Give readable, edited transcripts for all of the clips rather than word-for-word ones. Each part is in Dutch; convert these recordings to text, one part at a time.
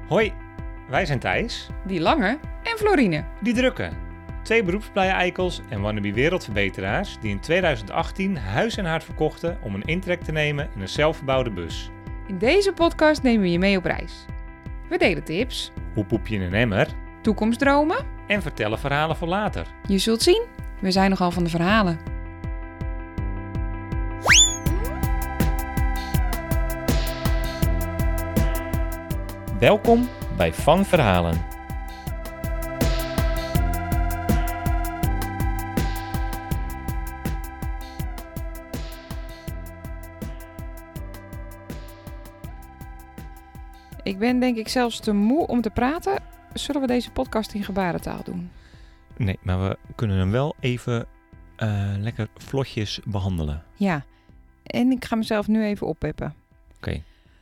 Hoi, wij zijn Thijs, Die Lange en Florine. die Drukke. Twee beroepsblije eikels en wannabe wereldverbeteraars die in 2018 huis en hart verkochten om een intrek te nemen in een zelfgebouwde bus. In deze podcast nemen we je mee op reis. We delen tips, Hoe poep je in een emmer? toekomstdromen. En vertellen verhalen voor later. Je zult zien, we zijn nogal van de verhalen. Welkom bij Van Verhalen. Ik ben denk ik zelfs te moe om te praten. Zullen we deze podcast in gebarentaal doen? Nee, maar we kunnen hem wel even lekker vlotjes behandelen. Ja, en ik ga mezelf nu even oppeppen. Oké.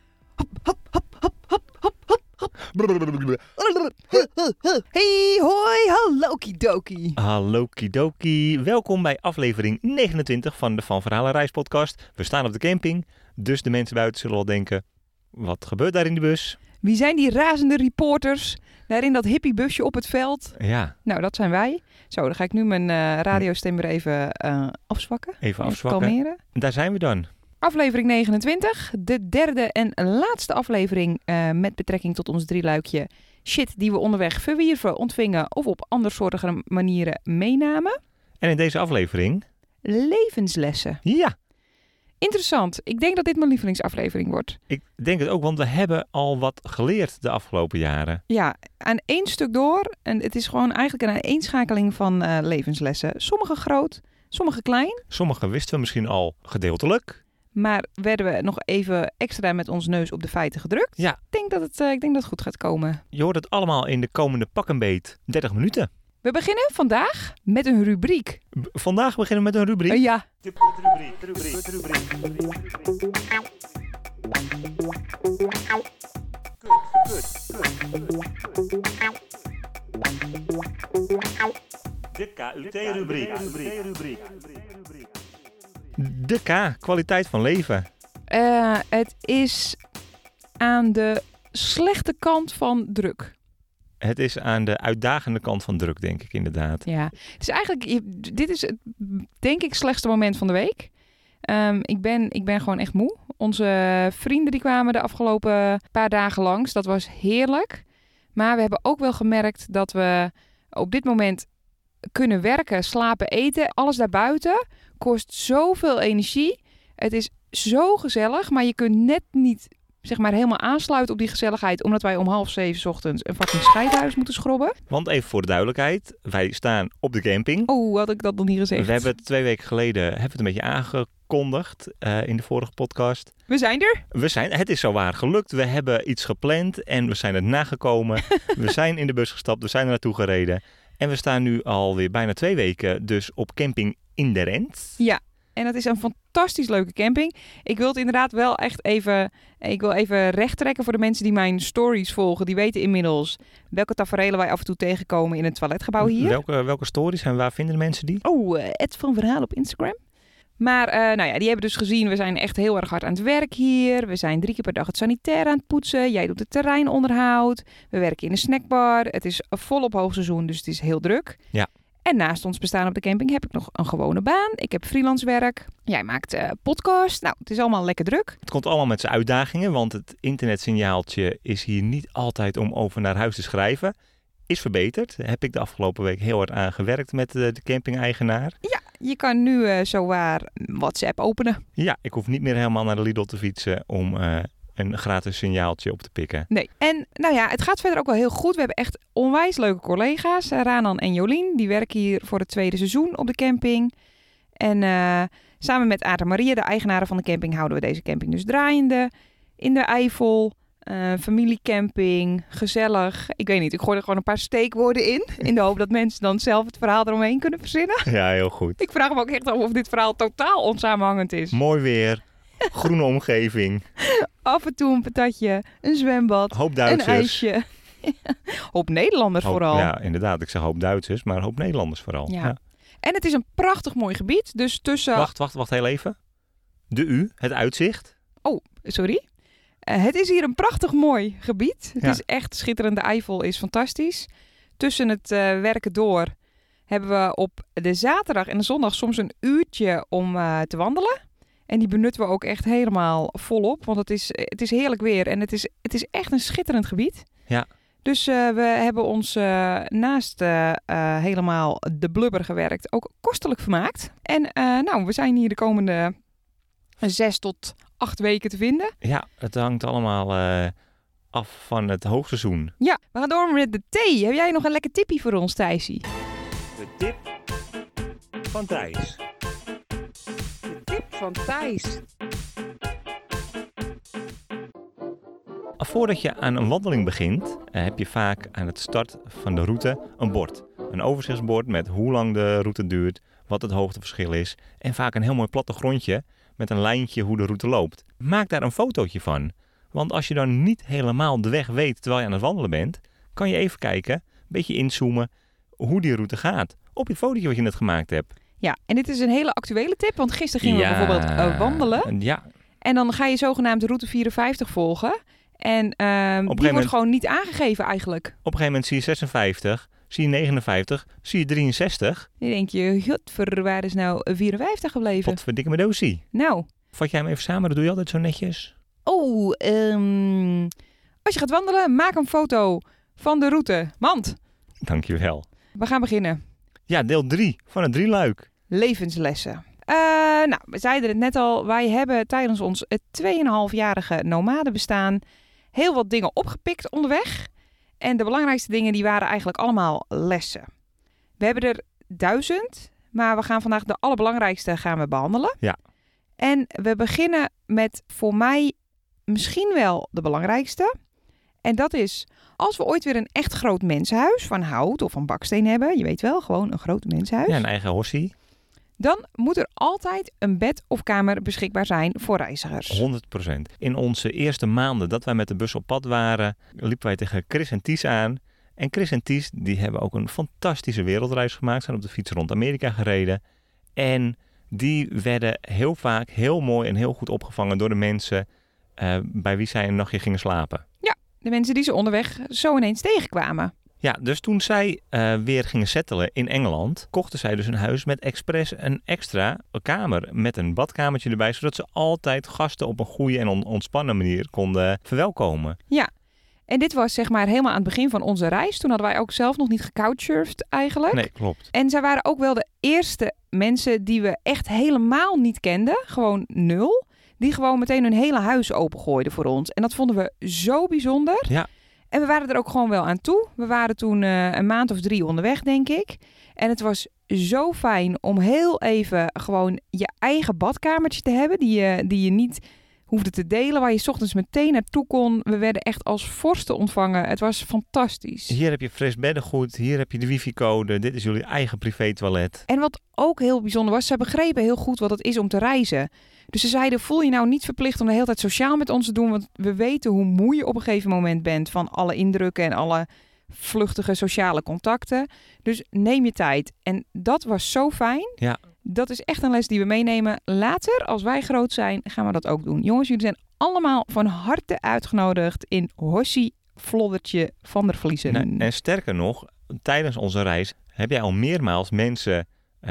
Hey, hoi, hallo kidoki. Hallo kidoki, welkom bij aflevering 29 van de Van Verhalen reispodcast. We staan op de camping, dus de mensen buiten zullen wel denken, wat gebeurt daar in de bus? Wie zijn die razende reporters daar in dat hippiebusje op het veld? Ja, Nou, dat zijn wij. Zo, dan ga ik nu mijn radiostem weer even afzwakken. even afzwakken. Kalmeren. Daar zijn we dan. Aflevering 29, de derde en laatste aflevering met betrekking tot ons drieluikje shit die we onderweg verwierven, ontvingen of op andersoortige manieren meenamen. En in deze aflevering, Levenslessen. ja, Interessant. Ik denk dat dit mijn lievelingsaflevering wordt. ik denk het ook, want we hebben al wat geleerd de afgelopen jaren. Ja, aan één stuk door. En het is gewoon eigenlijk een aaneenschakeling van levenslessen. Sommige groot, sommige klein. Sommige wisten we misschien al gedeeltelijk. Maar werden we nog even extra met ons neus op de feiten gedrukt? Ja. Ik denk dat het goed gaat komen. Je hoort het allemaal in de komende pak een beet 30 minuten. We beginnen vandaag met een rubriek. Vandaag beginnen we met een rubriek. Ja, De KUT-rubriek. De K, kwaliteit van leven. het is aan de slechte kant van druk. Het is aan de uitdagende kant van druk, denk ik inderdaad. Ja, het is eigenlijk, dit is het, denk ik, slechtste moment van de week. Ik ben gewoon echt moe. Onze vrienden die kwamen de afgelopen paar dagen langs. Dat was heerlijk. Maar we hebben ook wel gemerkt dat we op dit moment kunnen werken, slapen, eten. Alles daarbuiten kost zoveel energie. Het is zo gezellig, maar je kunt net niet zeg maar helemaal aansluiten op die gezelligheid, omdat wij om 6:30 ochtends een fucking scheidhuis moeten schrobben. Want even voor de duidelijkheid, wij staan op de camping. Oh, had ik dat nog niet gezegd. We hebben het 2 weken geleden een beetje aangekondigd in de vorige podcast. We zijn er. Het is zowaar gelukt. We hebben iets gepland en we zijn het nagekomen. We zijn in de bus gestapt, we zijn er naartoe gereden. En we staan nu alweer bijna 2 weken dus op camping in de Rent. Ja, en dat is een fantastisch leuke camping. Ik wil het inderdaad wel echt even recht trekken voor de mensen die mijn stories volgen. Die weten inmiddels welke taferelen wij af en toe tegenkomen in het toiletgebouw hier. Welke stories en waar vinden de mensen die? Oh, Ed van Verhaal op Instagram. Maar die hebben dus gezien, we zijn echt heel erg hard aan het werk hier. We zijn 3 keer per dag het sanitair aan het poetsen. Jij doet het terreinonderhoud. We werken in een snackbar. Het is volop hoogseizoen, dus het is heel druk. Ja. En naast ons bestaan op de camping heb ik nog een gewone baan. Ik heb freelance werk. Jij maakt podcast. Nou, het is allemaal lekker druk. Het komt allemaal met zijn uitdagingen, want het internetsignaaltje is hier niet altijd om over naar huis te schrijven. Is verbeterd. Daar heb ik de afgelopen week heel hard aan gewerkt met de camping-eigenaar. Ja, je kan nu zowaar WhatsApp openen. Ja, ik hoef niet meer helemaal naar de Lidl te fietsen om een gratis signaaltje op te pikken. Nee. En het gaat verder ook wel heel goed. We hebben echt onwijs leuke collega's. Ranan en Jolien, die werken hier voor het 2e seizoen op de camping. En samen met Aad en Maria, de eigenaren van de camping, houden we deze camping dus draaiende. In de Eifel, familiecamping, gezellig. Ik weet niet, ik gooi er gewoon een paar steekwoorden in de hoop dat mensen dan zelf het verhaal eromheen kunnen verzinnen. Ja, heel goed. Ik vraag me ook echt af of dit verhaal totaal onsamenhangend is. Mooi weer, groene omgeving. Af en toe een patatje, een zwembad, Hoop Duitsers. een ijsje. Hoop Nederlanders vooral. Ja, inderdaad. Ik zeg hoop Duitsers, maar hoop Nederlanders vooral. Ja. En het is een prachtig mooi gebied. Dus tussen... Wacht heel even. De U, het uitzicht. Oh, sorry. Het is hier een prachtig mooi gebied. Het Ja. is echt schitterend. De Eifel is fantastisch. Tussen het werken door hebben we op de zaterdag en de zondag soms een uurtje om te wandelen. En die benutten we ook echt helemaal volop. Want het is heerlijk weer en het is echt een schitterend gebied. Ja. Dus we hebben ons naast helemaal de blubber gewerkt ook kostelijk vermaakt. En we zijn hier de komende 6 tot 8 weken te vinden. Ja, het hangt allemaal af van het hoogseizoen. Ja, we gaan door met de thee. Heb jij nog een lekker tippie voor ons, Thijsie? De tip van Thijs. De tip van Thijs. Voordat je aan een wandeling begint, heb je vaak aan het start van de route een bord. Een overzichtsbord met hoe lang de route duurt, wat het hoogteverschil is en vaak een heel mooi plattegrondje met een lijntje hoe de route loopt. Maak daar een fotootje van. Want als je dan niet helemaal de weg weet terwijl je aan het wandelen bent, kan je even kijken, een beetje inzoomen, hoe die route gaat. Op je fotootje wat je net gemaakt hebt. Ja, en dit is een hele actuele tip, want gisteren gingen we bijvoorbeeld wandelen. Ja, En dan ga je zogenaamd de route 54 volgen. En die wordt gewoon niet aangegeven eigenlijk. op een gegeven moment zie je 56, zie je 59, zie je 63. Dan denk je, godver, waar is nou 54 gebleven? Wat verdikke me doosie. Nou, Vat jij hem even samen, dat doe je altijd zo netjes. als je gaat wandelen, maak een foto van de route. Mand, Dankjewel. we gaan beginnen. Ja, deel 3 van het drieluik. Levenslessen. We zeiden het net al. Wij hebben tijdens ons 2,5-jarige nomadenbestaan heel wat dingen opgepikt onderweg. En de belangrijkste dingen die waren eigenlijk allemaal lessen. We hebben er 1000, maar we gaan vandaag de allerbelangrijkste gaan we behandelen. Ja. En we beginnen met voor mij misschien wel de belangrijkste. En dat is, als we ooit weer een echt groot mensenhuis van hout of van baksteen hebben, je weet wel, gewoon een groot mensenhuis. Ja, een eigen hossie. Dan moet er altijd een bed of kamer beschikbaar zijn voor reizigers. 100%. In onze eerste maanden dat wij met de bus op pad waren, liepen wij tegen Chris en Ties aan. En Chris en Ties die hebben ook een fantastische wereldreis gemaakt. Zijn op de fiets rond Amerika gereden. En die werden heel vaak heel mooi en heel goed opgevangen door de mensen bij wie zij een nachtje gingen slapen. Ja, de mensen die ze onderweg zo ineens tegenkwamen. Ja, dus toen zij weer gingen settelen in Engeland, kochten zij dus een huis met expres een extra kamer met een badkamertje erbij, zodat ze altijd gasten op een goede en ontspannen manier konden verwelkomen. Ja, en dit was zeg maar helemaal aan het begin van onze reis. Toen hadden wij ook zelf nog niet gecouchsurfd eigenlijk. Nee, klopt. En zij waren ook wel de eerste mensen die we echt helemaal niet kenden, gewoon 0, die gewoon meteen hun hele huis opengooiden voor ons. En dat vonden we zo bijzonder. Ja. En we waren er ook gewoon wel aan toe. We waren toen een maand of 3 onderweg, denk ik. En het was zo fijn om heel even gewoon je eigen badkamertje te hebben. Die je niet hoefde te delen. Waar je 's ochtends meteen naartoe kon. We werden echt als vorsten ontvangen. Het was fantastisch. Hier heb je fris beddengoed. Hier heb je de wifi-code. Dit is jullie eigen privé-toilet. En wat ook heel bijzonder was, ze begrepen heel goed wat het is om te reizen. Dus ze zeiden, voel je nou niet verplicht om de hele tijd sociaal met ons te doen. Want we weten hoe moe je op een gegeven moment bent van alle indrukken en alle vluchtige sociale contacten. Dus neem je tijd. En dat was zo fijn. Ja. Dat is echt een les die we meenemen. Later, als wij groot zijn, gaan we dat ook doen. Jongens, jullie zijn allemaal van harte uitgenodigd in Hossie Floddertje van der Vliezen. En sterker nog, tijdens onze reis heb jij al meermaals mensen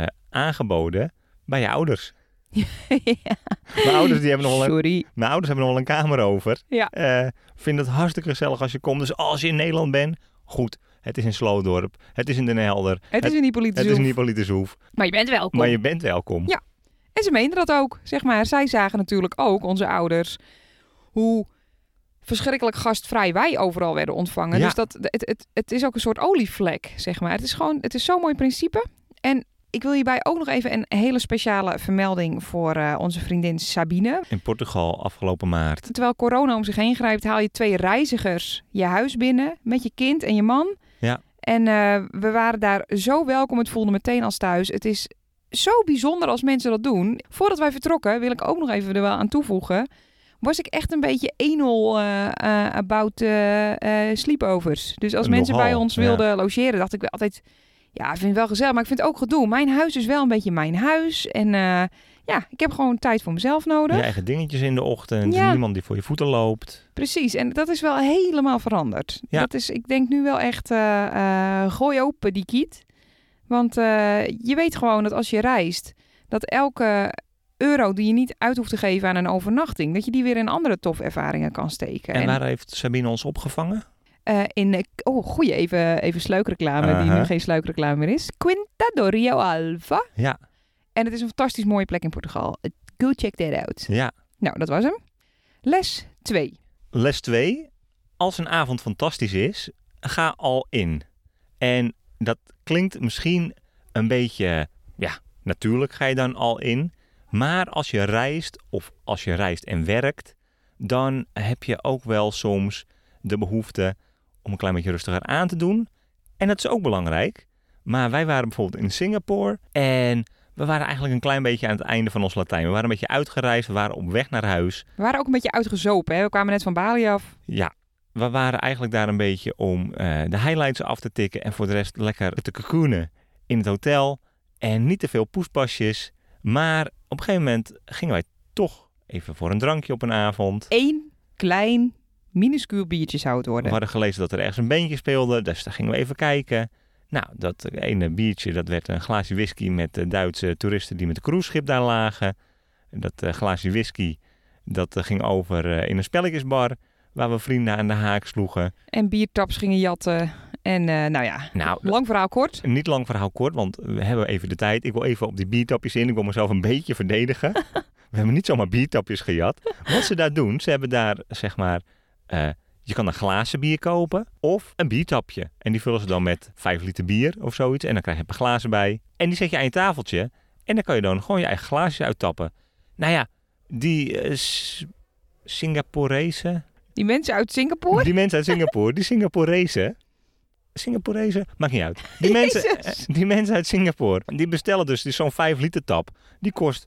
aangeboden bij je ouders. Ja. Mijn ouders die hebben nog wel Sorry. Mijn ouders hebben nog wel een kamer over. Ja. Vinden het hartstikke gezellig als je komt. Dus als je in Nederland bent, goed. Het is in Sloodorp. Het is in Den Helder. Het is in Hippolytushoef. Het is in Hippolytushoef. Maar je bent welkom. Maar je bent welkom. Ja. En ze meenden dat ook, zeg maar. Zij zagen natuurlijk ook, onze ouders, hoe verschrikkelijk gastvrij wij overal werden ontvangen. Ja. Dus het is ook een soort olievlek, zeg maar. Het is zo'n mooi principe. En ik wil hierbij ook nog even een hele speciale vermelding voor onze vriendin Sabine. In Portugal afgelopen maart. Terwijl corona om zich heen grijpt, haal je 2 reizigers je huis binnen met je kind en je man. Ja. En we waren daar zo welkom. Het voelde meteen als thuis. Het is zo bijzonder als mensen dat doen. Voordat wij vertrokken, wil ik ook nog even er wel aan toevoegen, was ik echt een beetje anal about sleepovers. Dus als mensen Nogal, bij ons wilden logeren, dacht ik wel altijd, ja, ik vind het wel gezellig, maar ik vind het ook gedoe. Mijn huis is wel een beetje mijn huis. En Ja, ik heb gewoon tijd voor mezelf nodig. Je eigen dingetjes in de ochtend. Ja. Niemand die voor je voeten loopt. Precies, en dat is wel helemaal veranderd. Ja. Dat is, ik denk nu wel echt, gooi open die kiet. Want je weet gewoon dat als je reist, dat elke euro die je niet uit hoeft te geven aan een overnachting, dat je die weer in andere toffe ervaringen kan steken. En waar heeft Sabine ons opgevangen? Goeie, even sluikreclame, die nu geen sluikreclame meer is. Quinta do Rio Alva. Ja. En het is een fantastisch mooie plek in Portugal. Go check that out. Ja. Nou, dat was hem. Les 2. Les 2. Als een avond fantastisch is, ga al in. En dat klinkt misschien een beetje, natuurlijk ga je dan al in. Maar als je reist of als je reist en werkt, dan heb je ook wel soms de behoefte om een klein beetje rustiger aan te doen. En dat is ook belangrijk. Maar wij waren bijvoorbeeld in Singapore en we waren eigenlijk een klein beetje aan het einde van ons Latijn. We waren een beetje uitgereisd, we waren op weg naar huis. We waren ook een beetje uitgezopen, hè? We kwamen net van Bali af. Ja, we waren eigenlijk daar een beetje om de highlights af te tikken en voor de rest lekker te cocoonen in het hotel. En niet te veel poespasjes. Maar op een gegeven moment gingen wij toch even voor een drankje op een avond. 1 klein, minuscuul biertje zou het We worden. hadden gelezen dat er ergens een bandje speelde, dus daar gingen we even kijken. Nou, dat ene biertje, dat werd een glaasje whisky met Duitse toeristen die met een cruiseschip daar lagen. Dat glaasje whisky, dat ging over in een spelletjesbar waar we vrienden aan de haak sloegen. En biertaps gingen jatten. En lang verhaal kort. Niet lang verhaal kort, want we hebben even de tijd. Ik wil even op die biertapjes in. Ik wil mezelf een beetje verdedigen. We hebben niet zomaar biertapjes gejat. Wat ze daar doen, ze hebben daar zeg maar... je kan een glazen bier kopen of een biertapje. En die vullen ze dan met 5 liter bier of zoiets. En dan krijg je een paar glazen bij. En die zet je aan je tafeltje. En dan kan je dan gewoon je eigen glaasjes uittappen. Nou ja, die Singaporezen... Die mensen uit Singapore? Die mensen uit Singapore, die Singaporezen, maakt niet uit. Die mensen uit Singapore, die bestellen dus zo'n 5 liter tap. Die kost,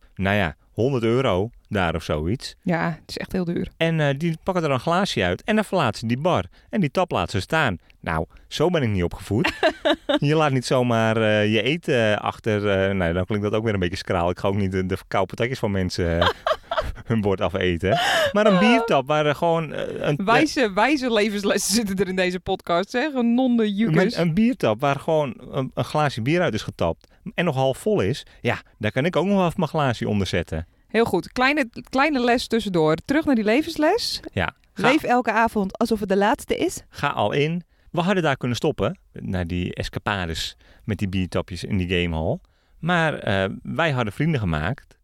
€100 daar of zoiets. Ja, het is echt heel duur. En die pakken er een glaasje uit en dan verlaten ze die bar. En die tap laten ze staan. Nou, zo ben ik niet opgevoed. Je laat niet zomaar je eten achter. Dan klinkt dat ook weer een beetje skraal. Ik ga ook niet de koude patatjes van mensen hun bord afeten. Maar een biertap waar er gewoon... Wijze levenslessen zitten er in deze podcast, zeg. Een nonde-jukers. Een biertap waar gewoon een glaasje bier uit is getapt en nog half vol is. Ja, daar kan ik ook nog wel even mijn glaasje onder zetten. Heel goed. Kleine les tussendoor. Terug naar die levensles. Ja. Leef elke avond alsof het de laatste is. Ga al in. We hadden daar kunnen stoppen. Naar die escapades met die biertapjes in die gamehall. Maar wij hadden vrienden gemaakt.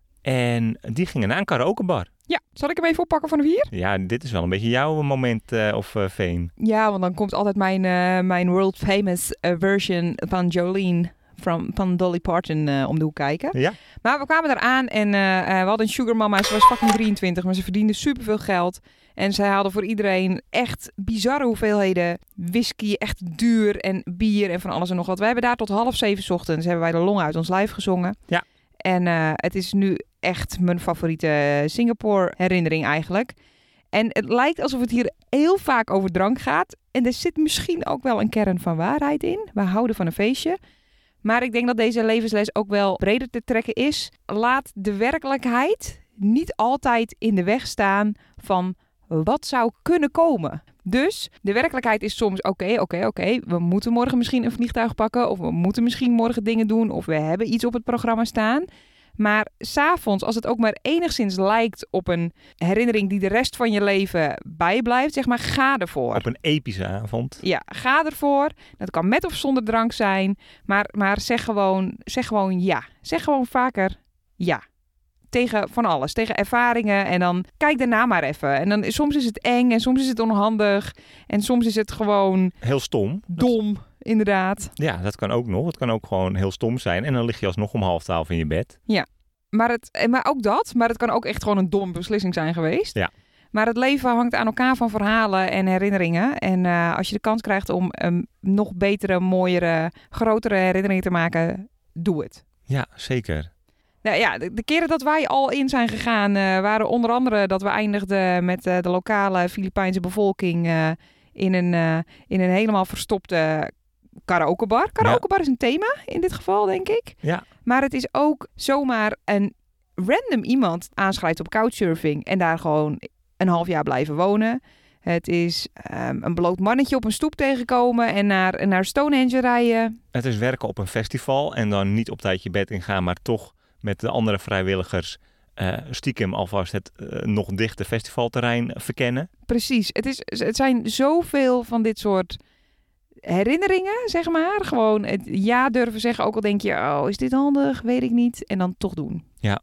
En die gingen naar een karaokebar. Ja, zal ik hem even oppakken vanaf hier? Ja, dit is wel een beetje jouw moment of fame. Ja, want dan komt altijd mijn world famous version van Jolene van Dolly Parton om de hoek kijken. Ja. Maar we kwamen daar aan en we hadden een sugar mama. Ze was fucking 23, maar ze verdiende superveel geld. En zij hadden voor iedereen echt bizarre hoeveelheden whisky, echt duur en bier en van alles en nog wat. Wij hebben daar tot 6:30 ochtends hebben wij de long uit ons lijf gezongen. Ja. En het is nu echt mijn favoriete Singapore herinnering eigenlijk. En het lijkt alsof het hier heel vaak over drank gaat. En er zit misschien ook wel een kern van waarheid in. We houden van een feestje. Maar ik denk dat deze levensles ook wel breder te trekken is. Laat de werkelijkheid niet altijd in de weg staan van wat zou kunnen komen. Dus de werkelijkheid is soms oké. We moeten morgen misschien een vliegtuig pakken. Of we moeten misschien morgen dingen doen. Of we hebben iets op het programma staan. Maar 's avonds, als het ook maar enigszins lijkt op een herinnering die de rest van je leven bijblijft, zeg maar, ga ervoor. Op een epische avond. Ja, ga ervoor. Dat kan met of zonder drank zijn. Maar zeg gewoon ja. Zeg gewoon vaker ja. Tegen van alles, tegen ervaringen. En dan kijk daarna maar even. En dan soms is het eng en soms is het onhandig. En soms is het gewoon heel stom. Dom, inderdaad. Ja, dat kan ook nog. Het kan ook gewoon heel stom zijn. En dan lig je alsnog om 11:30 in je bed. Ja, maar ook dat. Maar het kan ook echt gewoon een domme beslissing zijn geweest. Ja. Maar het leven hangt aan elkaar van verhalen en herinneringen. En als je de kans krijgt om nog betere, mooiere, grotere herinneringen te maken, doe het. Ja, zeker. Nou ja, de keren dat wij al in zijn gegaan waren onder andere dat we eindigden met de lokale Filipijnse bevolking in een helemaal verstopte karaokebar. Karaokebar is een thema in dit geval, denk ik. Ja. Maar het is ook zomaar een random iemand aanschrijft op couchsurfing en daar gewoon een half jaar blijven wonen. Het is een bloot mannetje op een stoep tegenkomen en naar Stonehenge rijden. Het is werken op een festival en dan niet op tijd je bed ingaan, maar toch met de andere vrijwilligers stiekem alvast het nog dichte festivalterrein verkennen. Precies. Het zijn zoveel van dit soort herinneringen, zeg maar. Gewoon het ja durven zeggen, ook al denk je, oh, is dit handig? Weet ik niet. En dan toch doen. Ja.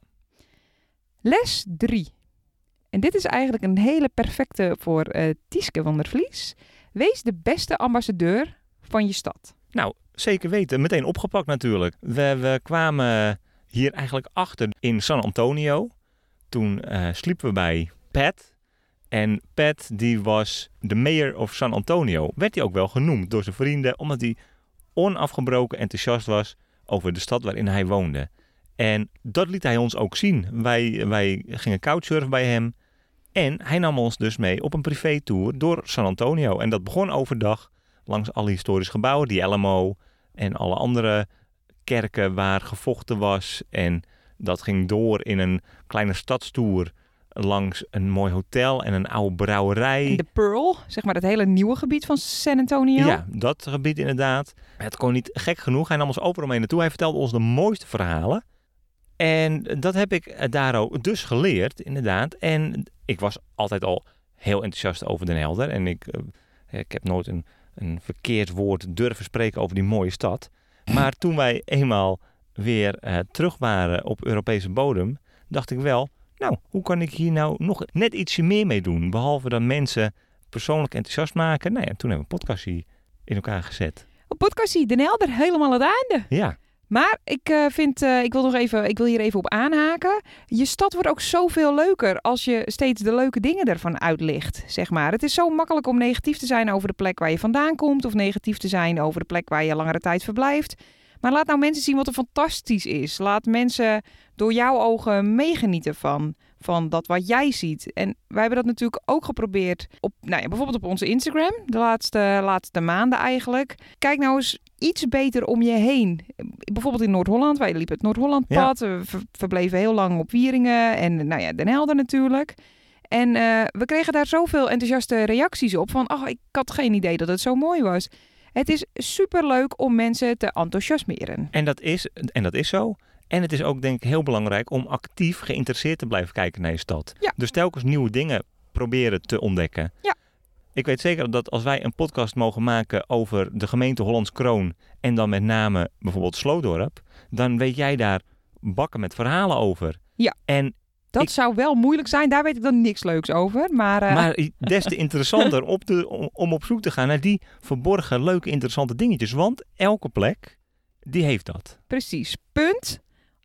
Les 3. En dit is eigenlijk een hele perfecte voor Tieske van der Vlies. Wees de beste ambassadeur van je stad. Nou, zeker weten. Meteen opgepakt natuurlijk. We kwamen hier eigenlijk achter in San Antonio. Toen sliepen we bij Pat. En Pat, die was de mayor of San Antonio. Werd hij ook wel genoemd door zijn vrienden, omdat hij onafgebroken enthousiast was over de stad waarin hij woonde. En dat liet hij ons ook zien. Wij gingen couchsurfen bij hem. En hij nam ons dus mee op een privétour door San Antonio. En dat begon overdag langs alle historische gebouwen. Die Alamo en alle andere kerken waar gevochten was. En dat ging door in een kleine stadstour langs een mooi hotel en een oude brouwerij. En de Pearl, zeg maar het hele nieuwe gebied van San Antonio. Ja, dat gebied inderdaad. Het kon niet gek genoeg. Hij nam ons overal mee naartoe. Hij vertelde ons de mooiste verhalen. En dat heb ik daar ook dus geleerd, inderdaad. En ik was altijd al heel enthousiast over Den Helder. En ik heb nooit een verkeerd woord durven spreken over die mooie stad. Maar toen wij eenmaal weer terug waren op Europese bodem, dacht ik wel, nou, hoe kan ik hier nou nog net ietsje meer mee doen? Behalve dan mensen persoonlijk enthousiast maken. Nou ja, toen hebben we een podcast hier in elkaar gezet. Een podcast Den Helder, helemaal het einde. Ja. Maar ik wil hier even op aanhaken. Je stad wordt ook zoveel leuker als je steeds de leuke dingen ervan uitlicht, zeg maar. Het is zo makkelijk om negatief te zijn over de plek waar je vandaan komt, of negatief te zijn over de plek waar je langere tijd verblijft. Maar laat nou mensen zien wat er fantastisch is. Laat mensen door jouw ogen meegenieten van dat wat jij ziet. En wij hebben dat natuurlijk ook geprobeerd op, bijvoorbeeld op onze Instagram. De laatste maanden eigenlijk. Kijk nou eens iets beter om je heen. Bijvoorbeeld in Noord-Holland. Wij liepen het Noord-Hollandpad. Ja. We verbleven heel lang op Wieringen. En Den Helder natuurlijk. En we kregen daar zoveel enthousiaste reacties op. Van, ik had geen idee dat het zo mooi was. Het is superleuk om mensen te enthousiasmeren. En dat is zo. En het is ook denk ik heel belangrijk om actief geïnteresseerd te blijven kijken naar je stad. Ja. Dus telkens nieuwe dingen proberen te ontdekken. Ja. Ik weet zeker dat als wij een podcast mogen maken over de gemeente Hollands Kroon en dan met name bijvoorbeeld Sloodorp, dan weet jij daar bakken met verhalen over. Ja. En dat zou wel moeilijk zijn. Daar weet ik dan niks leuks over. Maar des te interessanter om op zoek te gaan naar die verborgen, leuke, interessante dingetjes. Want elke plek, die heeft dat. Precies. Punt.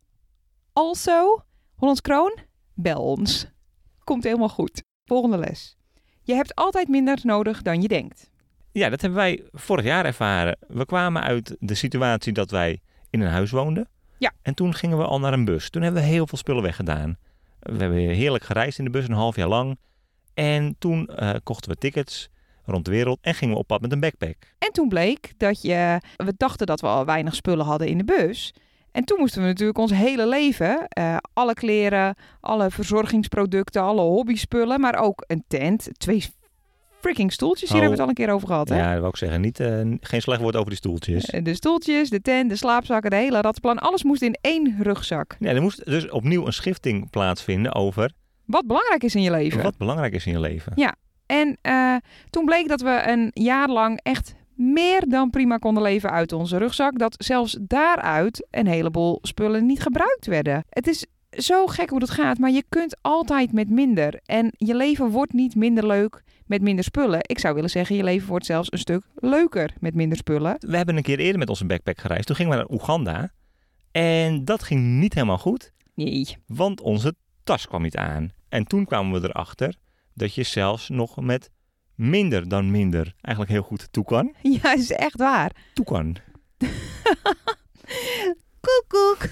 Also, Hollands Kroon, bel ons. Komt helemaal goed. Volgende les. Je hebt altijd minder nodig dan je denkt. Ja, dat hebben wij vorig jaar ervaren. We kwamen uit de situatie dat wij in een huis woonden. Ja. En toen gingen we al naar een bus. Toen hebben we heel veel spullen weggedaan. We hebben heerlijk gereisd in de bus, een half jaar lang. En toen kochten we tickets rond de wereld en gingen we op pad met een backpack. En toen bleek dat we dachten dat we al weinig spullen hadden in de bus. En toen moesten we natuurlijk ons hele leven, alle kleren, alle verzorgingsproducten, alle hobbyspullen, maar ook een tent, 2 freaking stoeltjes. Hier hebben we het al een keer over gehad, hè? Ja, dat wil ik zeggen. Geen slecht woord over die stoeltjes. De stoeltjes, de tent, de slaapzakken, de hele rattenplan. Alles moest in 1 rugzak. Ja, er moest dus opnieuw een schifting plaatsvinden over wat belangrijk is in je leven. Wat belangrijk is in je leven. Ja, en toen bleek dat we een jaar lang echt meer dan prima konden leven uit onze rugzak. Dat zelfs daaruit een heleboel spullen niet gebruikt werden. Het is zo gek hoe dat gaat, maar je kunt altijd met minder. En je leven wordt niet minder leuk met minder spullen. Ik zou willen zeggen, je leven wordt zelfs een stuk leuker met minder spullen. We hebben een keer eerder met onze backpack gereisd. Toen gingen we naar Oeganda. En dat ging niet helemaal goed. Nee. Want onze tas kwam niet aan. En toen kwamen we erachter dat je zelfs nog met minder dan minder eigenlijk heel goed toe kan. Ja, is echt waar. Toe kan. Koek.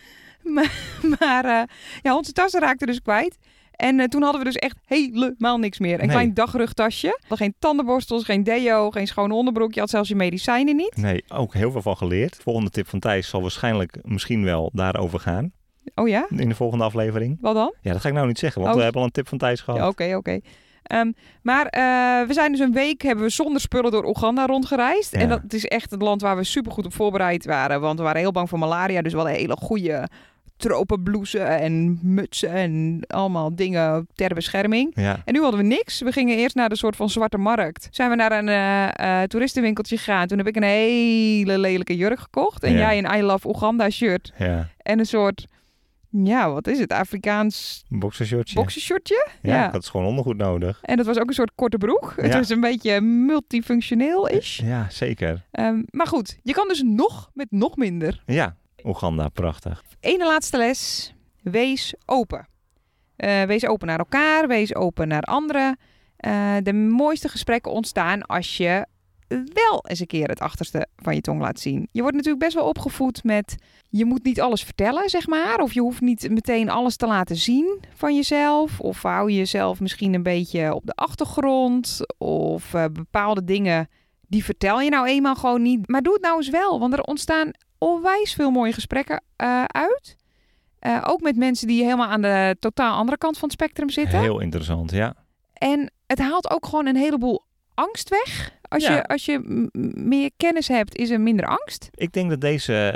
Maar onze tassen raakten dus kwijt. En toen hadden we dus echt helemaal niks meer. Een klein dagrugtasje. Geen tandenborstels, geen deo, geen schone onderbroek. Je had zelfs je medicijnen niet. Nee, ook heel veel van geleerd. De volgende tip van Thijs zal waarschijnlijk misschien wel daarover gaan. Oh ja? in de volgende aflevering. Wat dan? Ja, dat ga ik nou niet zeggen, want we hebben al een tip van Thijs gehad. Ja, oké. Maar we zijn dus een week hebben we zonder spullen door Oeganda rondgereisd. Ja. En dat is echt het land waar we supergoed op voorbereid waren. Want we waren heel bang voor malaria. Dus we hadden hele goede tropenblousen en mutsen en allemaal dingen ter bescherming. Ja. En nu hadden we niks. We gingen eerst naar de soort van zwarte markt. Zijn we naar een toeristenwinkeltje gegaan. Toen heb ik een hele lelijke jurk gekocht. En jij een I Love Oeganda shirt. Ja. En een soort, wat is het? Afrikaans Boxershortje. boxershortje. Ja, ik had gewoon ondergoed nodig. En dat was ook een soort korte broek. Het Ja. was een beetje multifunctioneel-ish. Ja, zeker. Maar goed, je kan dus met nog minder. Ja, Oeganda, prachtig. Ene laatste les. Wees open. Wees open naar elkaar. Wees open naar anderen. De mooiste gesprekken ontstaan als je wel eens een keer het achterste van je tong laat zien. Je wordt natuurlijk best wel opgevoed met, je moet niet alles vertellen, zeg maar. Of je hoeft niet meteen alles te laten zien van jezelf. Of hou je jezelf misschien een beetje op de achtergrond. Of bepaalde dingen, die vertel je nou eenmaal gewoon niet. Maar doe het nou eens wel, want er ontstaan onwijs veel mooie gesprekken uit. Ook met mensen die helemaal aan de totaal andere kant van het spectrum zitten. Heel interessant, ja. En het haalt ook gewoon een heleboel angst weg. Als je meer kennis hebt, is er minder angst. Ik denk dat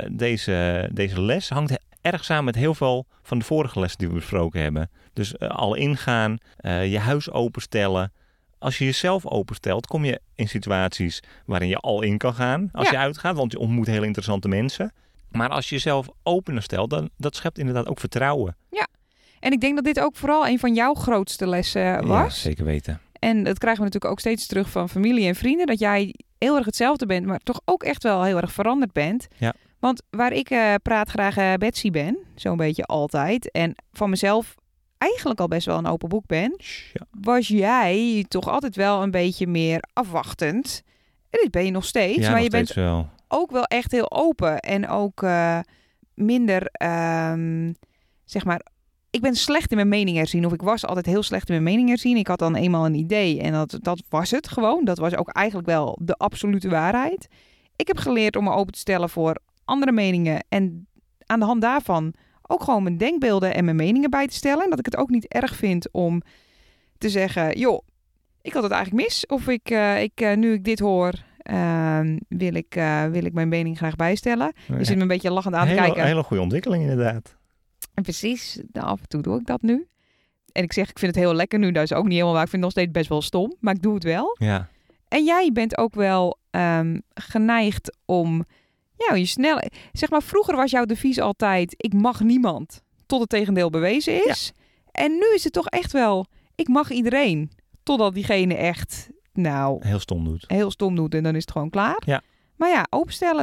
deze les hangt erg samen met heel veel van de vorige lessen die we besproken hebben. Dus al ingaan, je huis openstellen. Als je jezelf openstelt, kom je in situaties waarin je al in kan gaan als je uitgaat. Want je ontmoet hele interessante mensen. Maar als je jezelf opener stelt, dan dat schept inderdaad ook vertrouwen. Ja, en ik denk dat dit ook vooral een van jouw grootste lessen was. Ja, zeker weten. En dat krijgen we natuurlijk ook steeds terug van familie en vrienden. Dat jij heel erg hetzelfde bent, maar toch ook echt wel heel erg veranderd bent. Ja. Want waar ik praat graag Betsy ben, zo'n beetje altijd. En van mezelf eigenlijk al best wel een open boek ben. Ja. Was jij toch altijd wel een beetje meer afwachtend. En dit ben je nog steeds. Ja, maar je bent wel. Ook wel echt heel open. En ook minder, zeg maar, ik ben slecht in mijn mening herzien. Of ik was altijd heel slecht in mijn mening herzien. Ik had dan eenmaal een idee en dat was het gewoon. Dat was ook eigenlijk wel de absolute waarheid. Ik heb geleerd om me open te stellen voor andere meningen. En aan de hand daarvan ook gewoon mijn denkbeelden en mijn meningen bij te stellen. En dat ik het ook niet erg vind om te zeggen, joh, ik had het eigenlijk mis. Of nu ik dit hoor, wil ik mijn mening graag bijstellen. Je zit me een beetje lachend aan te kijken. Een hele goede ontwikkeling inderdaad. En precies, af en toe doe ik dat nu. En ik zeg, ik vind het heel lekker nu. Dat is ook niet helemaal waar. Ik vind het nog steeds best wel stom. Maar ik doe het wel. Ja. En jij bent ook wel geneigd om je snel... Zeg maar, vroeger was jouw devies altijd, ik mag niemand. Tot het tegendeel bewezen is. Ja. En nu is het toch echt wel, ik mag iedereen. Totdat diegene echt, heel stom doet. En dan is het gewoon klaar. Ja. Maar ja, openstellen,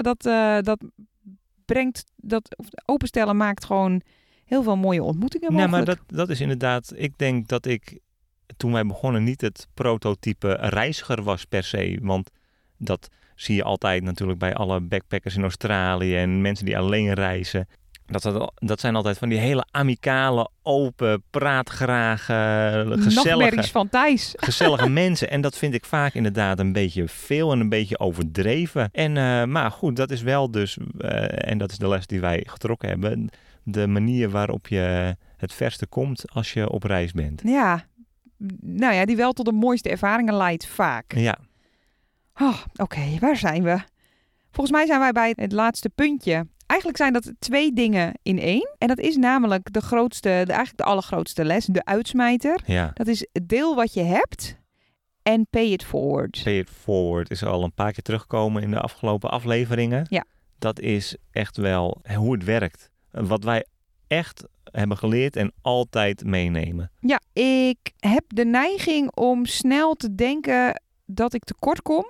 openstellen maakt gewoon heel veel mooie ontmoetingen mogelijk. Maar dat is inderdaad... Ik denk dat ik, toen wij begonnen, niet het prototype reiziger was per se. Want dat zie je altijd natuurlijk bij alle backpackers in Australië en mensen die alleen reizen. Dat zijn altijd van die hele amicale, open, praatgrage, nachtmerries van Thijs. gezellige mensen. En dat vind ik vaak inderdaad een beetje veel en een beetje overdreven. Maar goed, dat is wel dus, en dat is de les die wij getrokken hebben, de manier waarop je het verste komt als je op reis bent. Ja, die wel tot de mooiste ervaringen leidt vaak. Ja. Oké, waar zijn we? Volgens mij zijn wij bij het laatste puntje. Eigenlijk zijn dat 2 dingen in 1. En dat is namelijk eigenlijk de allergrootste les, de uitsmijter. Ja. Dat is deel wat je hebt en pay it forward. Pay it forward is al een paar keer teruggekomen in de afgelopen afleveringen. Ja. Dat is echt wel hoe het werkt. Wat wij echt hebben geleerd en altijd meenemen. Ja, ik heb de neiging om snel te denken dat ik tekort kom.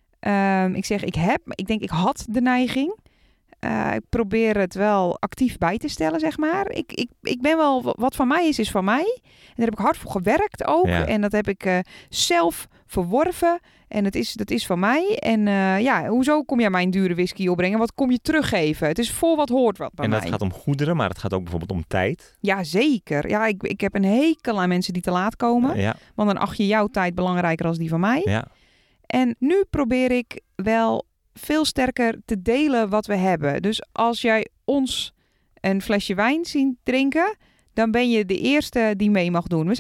Ik denk ik had de neiging. Ik probeer het wel actief bij te stellen, zeg maar. Ik ben wel, wat van mij is van mij. En daar heb ik hard voor gewerkt ook. Ja. En dat heb ik zelf verworven. En dat is van mij. En hoezo kom jij mijn dure whisky opbrengen? Wat kom je teruggeven? Het is voor wat hoort wat bij mij. En dat gaat om goederen, maar het gaat ook bijvoorbeeld om tijd. Ja, zeker. Ja, ik heb een hekel aan mensen die te laat komen. Ja. Want dan acht je jouw tijd belangrijker dan die van mij. Ja. En nu probeer ik wel veel sterker te delen wat we hebben. Dus als jij ons een flesje wijn zien drinken, dan ben je de eerste die mee mag doen.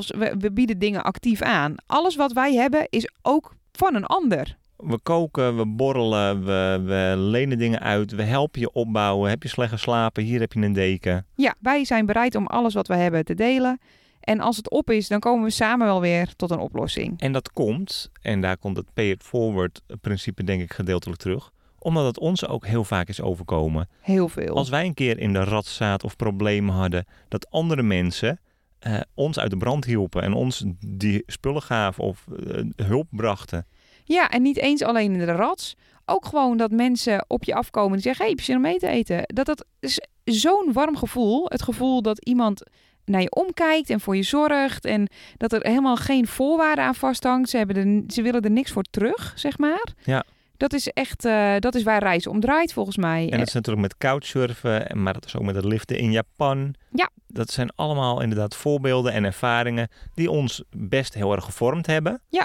We bieden dingen actief aan. Alles wat wij hebben is ook van een ander. We koken, we borrelen, we lenen dingen uit, we helpen je opbouwen. Heb je slecht geslapen? Hier heb je een deken. Ja, wij zijn bereid om alles wat we hebben te delen. En als het op is, dan komen we samen wel weer tot een oplossing. En dat komt, en daar komt het pay it forward principe denk ik gedeeltelijk terug, omdat het ons ook heel vaak is overkomen. Heel veel. Als wij een keer in de rat zaten of problemen hadden, dat andere mensen ons uit de brand hielpen en ons die spullen gaven of hulp brachten. Ja, en niet eens alleen in de rats. Ook gewoon dat mensen op je afkomen en zeggen, hey, heb je zin om mee te eten? Dat is zo'n warm gevoel. Het gevoel dat iemand naar je omkijkt en voor je zorgt. En dat er helemaal geen voorwaarden aan vasthangt. Ze willen er niks voor terug, zeg maar. Ja. Dat is echt, dat is waar reizen om draait volgens mij. En dat is natuurlijk met couchsurfen, maar dat is ook met het liften in Japan. Ja. Dat zijn allemaal inderdaad voorbeelden en ervaringen die ons best heel erg gevormd hebben. Ja.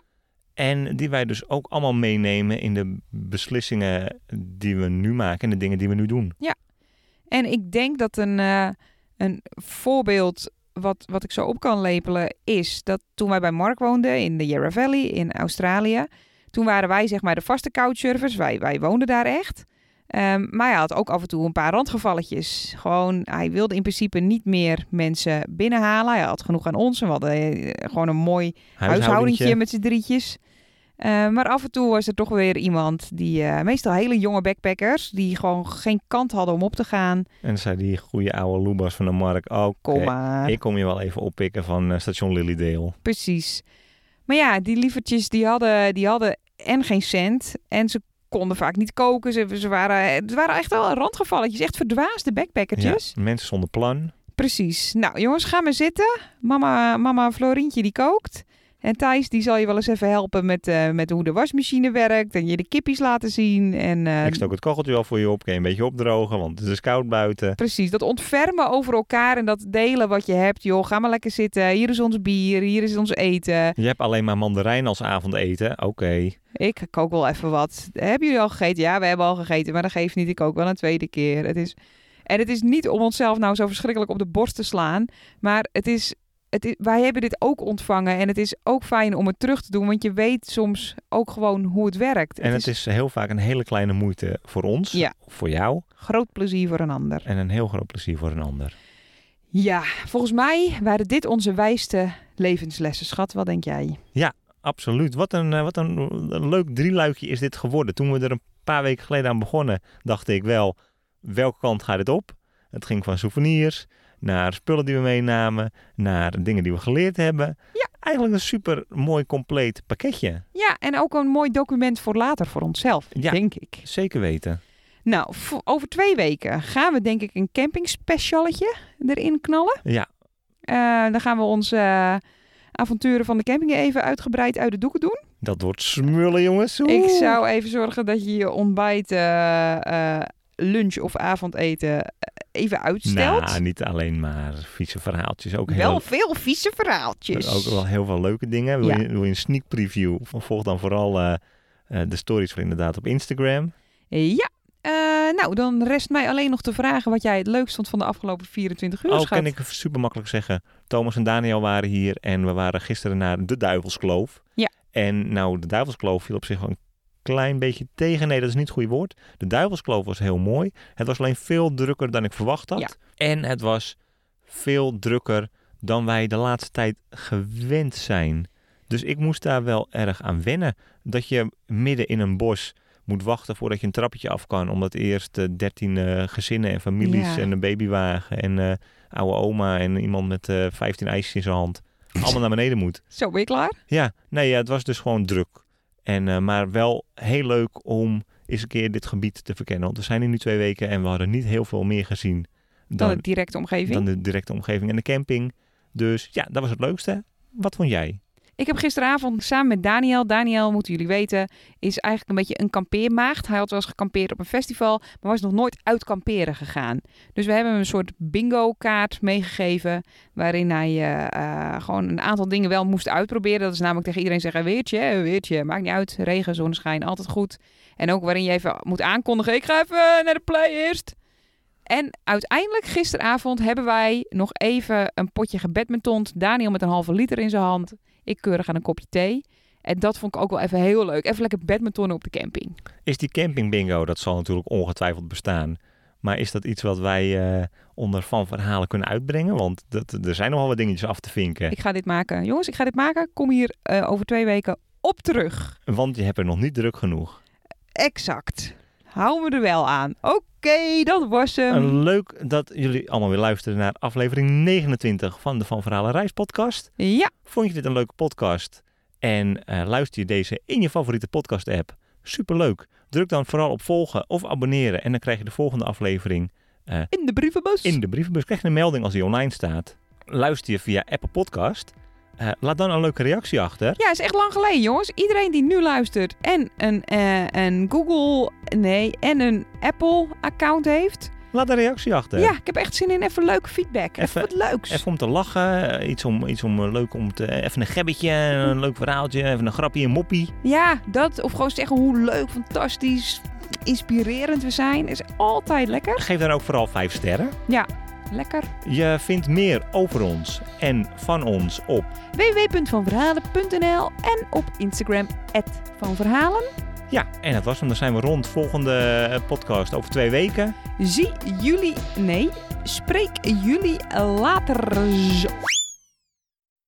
En die wij dus ook allemaal meenemen in de beslissingen die we nu maken en de dingen die we nu doen. Ja. En ik denk dat een voorbeeld wat ik zo op kan lepelen is dat toen wij bij Mark woonden in de Yarra Valley in Australië, toen waren wij zeg maar de vaste couchsurfers. Wij woonden daar echt. Maar hij had ook af en toe een paar randgevalletjes. Hij wilde in principe niet meer mensen binnenhalen. Hij had genoeg aan ons. We hadden gewoon een mooi huishoudentje met z'n drietjes. Maar af en toe was er toch weer iemand die, meestal hele jonge backpackers, die gewoon geen kant hadden om op te gaan. En dan zei die goede oude loebas van de Mark, kom maar. Ik kom je wel even oppikken van station Lilydale. Precies. Maar ja, die lievertjes die hadden en geen cent en ze konden vaak niet koken. Het waren echt wel randgevalletjes, echt verdwaasde backpackertjes. Ja, mensen zonder plan. Precies. Nou jongens, ga maar zitten. Mama Florientje die kookt. En Thijs die zal je wel eens even helpen met hoe de wasmachine werkt. En je de kippies laten zien. En, ik stook het kacheltje wel voor je op. Kan je een beetje opdrogen, want het is koud buiten. Precies, dat ontfermen over elkaar en dat delen wat je hebt. Joh, ga maar lekker zitten. Hier is ons bier, hier is ons eten. Je hebt alleen maar mandarijn als avondeten. Oké. Ik kook wel even wat. Hebben jullie al gegeten? Ja, we hebben al gegeten, maar dat geeft niet. Ik kook wel een tweede keer. Het is niet om onszelf nou zo verschrikkelijk op de borst te slaan. Maar wij hebben dit ook ontvangen en het is ook fijn om het terug te doen, want je weet soms ook gewoon hoe het werkt. En het is heel vaak een hele kleine moeite voor ons, of voor jou. Groot plezier voor een ander. En een heel groot plezier voor een ander. Ja, volgens mij waren dit onze wijste levenslessen, schat. Wat denk jij? Ja, absoluut. Wat een leuk drieluikje is dit geworden. Toen we er een paar weken geleden aan begonnen, dacht ik wel, welke kant gaat dit op? Het ging van souvenirs naar spullen die we meenamen, naar dingen die we geleerd hebben. Ja. Eigenlijk een super mooi compleet pakketje. Ja, en ook een mooi document voor later voor onszelf, denk ik. Zeker weten. Nou, over 2 weken gaan we denk ik een camping specialetje erin knallen. Ja. Dan gaan we onze avonturen van de camping even uitgebreid uit de doeken doen. Dat wordt smullen, jongens. Oeh. Ik zou even zorgen dat je je ontbijt, lunch of avondeten even uitstelt. Nou, niet alleen maar vieze verhaaltjes. Ook wel veel vieze verhaaltjes. Ook wel heel veel leuke dingen. Wil je een sneak preview? Volg dan vooral de stories voor inderdaad op Instagram. Ja. Nou, dan rest mij alleen nog te vragen wat jij het leukst vond van de afgelopen 24 uur, schat. Kan ik super makkelijk zeggen. Thomas en Daniel waren hier en we waren gisteren naar de Duivelskloof. Ja. En nou, de Duivelskloof viel op zich een klein beetje tegen. Nee, dat is niet het goede woord. De Duivelskloof was heel mooi. Het was alleen veel drukker dan ik verwacht had. Ja. En het was veel drukker dan wij de laatste tijd gewend zijn. Dus ik moest daar wel erg aan wennen. Dat je midden in een bos moet wachten voordat je een trappetje af kan. Omdat eerst 13 gezinnen en families en een babywagen en oude oma en iemand met 15 ijsjes in zijn hand allemaal naar beneden moet. Zo, ben je klaar? Ja, het was dus gewoon druk. Maar wel heel leuk om eens een keer dit gebied te verkennen. Want we zijn hier nu 2 weken en we hadden niet heel veel meer gezien dan de directe omgeving. Dan de directe omgeving en de camping. Dus ja, dat was het leukste. Wat vond jij? Ik heb gisteravond samen met Daniel, moeten jullie weten, is eigenlijk een beetje een kampeermaagd. Hij had wel eens gekampeerd op een festival, maar was nog nooit uit kamperen gegaan. Dus we hebben hem een soort bingo-kaart meegegeven, waarin hij gewoon een aantal dingen wel moest uitproberen. Dat is namelijk tegen iedereen zeggen, weertje, maakt niet uit, regen, zonneschijn, altijd goed. En ook waarin je even moet aankondigen, ik ga even naar de play eerst. En uiteindelijk gisteravond hebben wij nog even een potje gebadmintond. Daniel met een 0,5 liter in zijn hand. Ik keurig aan een kopje thee. En dat vond ik ook wel even heel leuk. Even lekker badmintonnen op de camping. Is die camping bingo, dat zal natuurlijk ongetwijfeld bestaan. Maar is dat iets wat wij onder Van Verhalen kunnen uitbrengen? Want er zijn nogal wat dingetjes af te vinken. Ik ga dit maken. Jongens, ik ga dit maken. Kom hier over 2 weken op terug. Want je hebt er nog niet druk genoeg. Exact. Hou me er wel aan. Oké, dat was hem. Leuk dat jullie allemaal weer luisteren naar aflevering 29 van de Van Verhalen Reispodcast. Ja. Vond je dit een leuke podcast? En luister je deze in je favoriete podcast app? Superleuk. Druk dan vooral op volgen of abonneren. En dan krijg je de volgende aflevering in de brievenbus. In de brievenbus krijg je een melding als die online staat. Luister je via Apple Podcast. Laat dan een leuke reactie achter. Ja, is echt lang geleden, jongens. Iedereen die nu luistert en een Google, en een Apple-account heeft. Laat een reactie achter. Ja, ik heb echt zin in even leuke feedback. Even wat leuks. Even om te lachen. Iets om leuk om te... Even een gebbetje, een leuk verhaaltje. Even een grapje, een moppie. Ja, dat. Of gewoon zeggen hoe leuk, fantastisch, inspirerend we zijn. Is altijd lekker. Geef dan ook vooral 5 sterren. Ja, lekker. Je vindt meer over ons en van ons op www.vanverhalen.nl en op Instagram @vanverhalen. Ja, en dat was hem. Dan zijn we rond. Volgende podcast over 2 weken. Spreek jullie later.